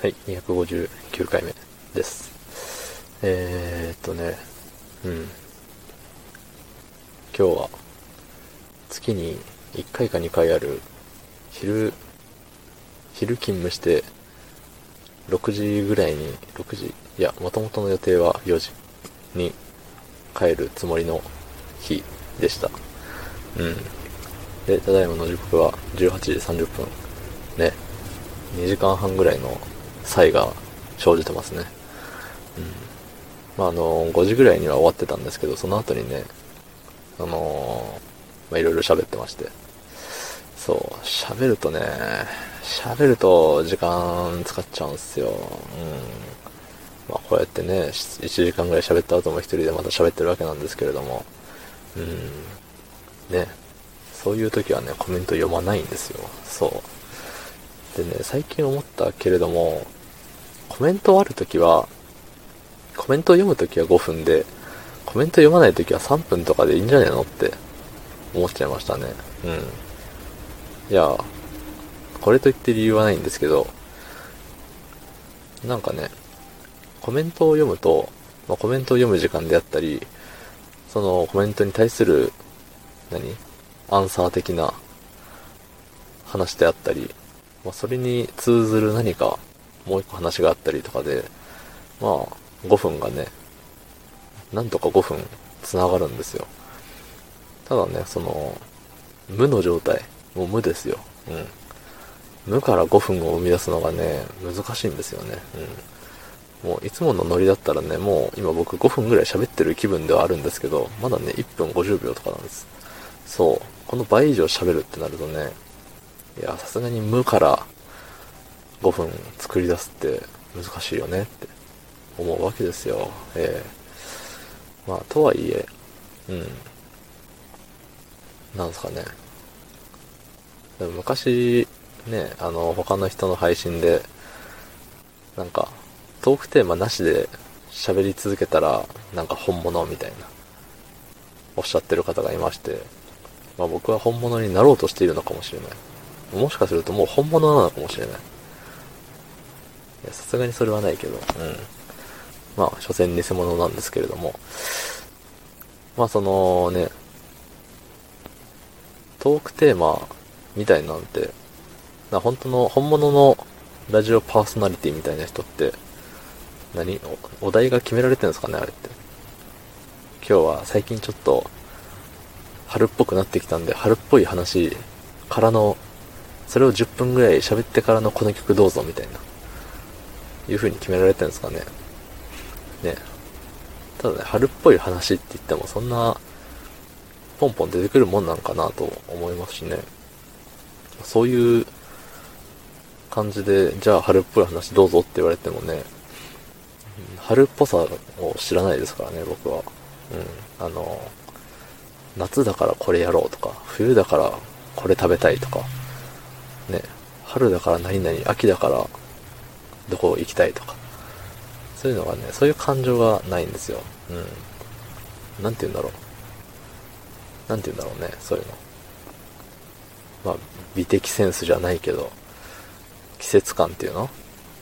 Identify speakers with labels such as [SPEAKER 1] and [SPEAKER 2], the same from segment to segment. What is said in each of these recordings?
[SPEAKER 1] はい、259回目です。うん。今日は月に1回か2回ある昼勤務して6時ぐらいに、6時、いや、元々の予定は4時に帰るつもりの日でした。うん。で、ただいまの時刻は18時30分。ね。2時間半ぐらいの差異が生じてますね。5時ぐらいには終わってたんですけど、その後にね、いろいろ喋ってまして。そう、喋ると時間使っちゃうんすよ。こうやってね、1時間ぐらい喋った後も一人でまた喋ってるわけなんですけれども、ね、そういう時はね、コメント読まないんですよ。そう。でね、最近思ったけれども、コメントコメントを読む時は5分で、コメント読まない時は3分とかでいいんじゃねえのって思っちゃいましたね。いや、これといって理由はないんですけど、なんかね、コメントを読むと、コメントを読む時間であったり、そのコメントに対する、アンサー的な話であったり、それに通ずる何か、もう一個話があったりとかで、5分がね、なんとか5分繋がるんですよ。ただね、無の状態、もう無ですよ。無から5分を生み出すのがね、難しいんですよね。もういつものノリだったらね、もう今僕5分ぐらい喋ってる気分ではあるんですけど、まだね、1分50秒とかなんです。そう。この倍以上喋るってなるとね、いや、さすがに無から5分作り出すって難しいよねって思うわけですよ。とはいえ、なんですかね。でも昔、ね、他の人の配信で、なんか、トークテーマなしで喋り続けたら、なんか本物みたいな、おっしゃってる方がいまして、僕は本物になろうとしているのかもしれない。もしかするともう本物なのかもしれない。さすがにそれはないけど、所詮偽物なんですけれども、そのね、トークテーマみたいなんて、本物のラジオパーソナリティみたいな人って、お題が決められてるんですかね、あれって。今日は最近ちょっと、春っぽくなってきたんで、春っぽい話からの、それを10分ぐらい喋ってからのこの曲どうぞみたいな、いう風に決められてるんですかね。ね。ただね、春っぽい話って言ってもそんな、ポンポン出てくるもんなんかなと思いますしね。そういう感じで、じゃあ春っぽい話どうぞって言われてもね、春っぽさを知らないですからね、僕は。夏だからこれやろうとか、冬だからこれ食べたいとか、ね、春だから何々、秋だからどこ行きたいとか、そういうのがね、そういう感情がないんですよ。なんて言うんだろう。なんて言うんだろうね、そういうの。美的センスじゃないけど、季節感っていうの。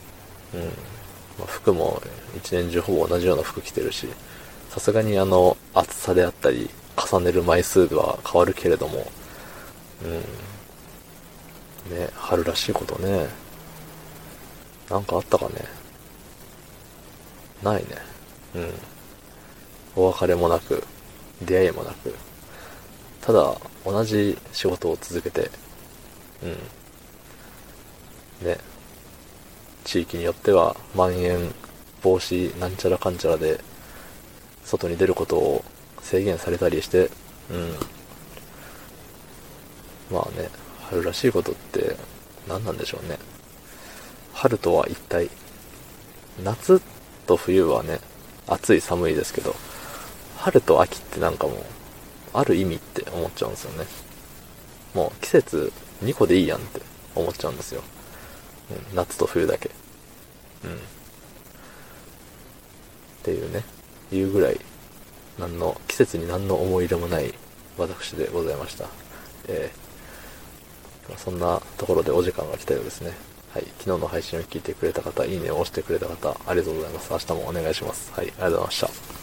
[SPEAKER 1] 服も一年中ほぼ同じような服着てるし、さすがに厚さであったり、重ねる枚数は変わるけれども、ね、春らしいことね、なんかあったかね。ないね。お別れもなく、出会いもなく、ただ、同じ仕事を続けて、ね、地域によっては、まん延防止なんちゃらかんちゃらで、外に出ることを制限されたりして、うん。春らしいことって何なんでしょうね。春とは一体、夏と冬はね、暑い寒いですけど、春と秋ってなんかもう、ある意味って思っちゃうんですよね。もう季節2個でいいやんって思っちゃうんですよ。夏と冬だけ。っていうね、いうぐらい、季節に何の思い入れもない私でございました。そんなところでお時間が来たようですね。 はい。昨日の配信を聞いてくれた方、いいねを押してくれた方、ありがとうございます。明日もお願いします。はい。ありがとうございました。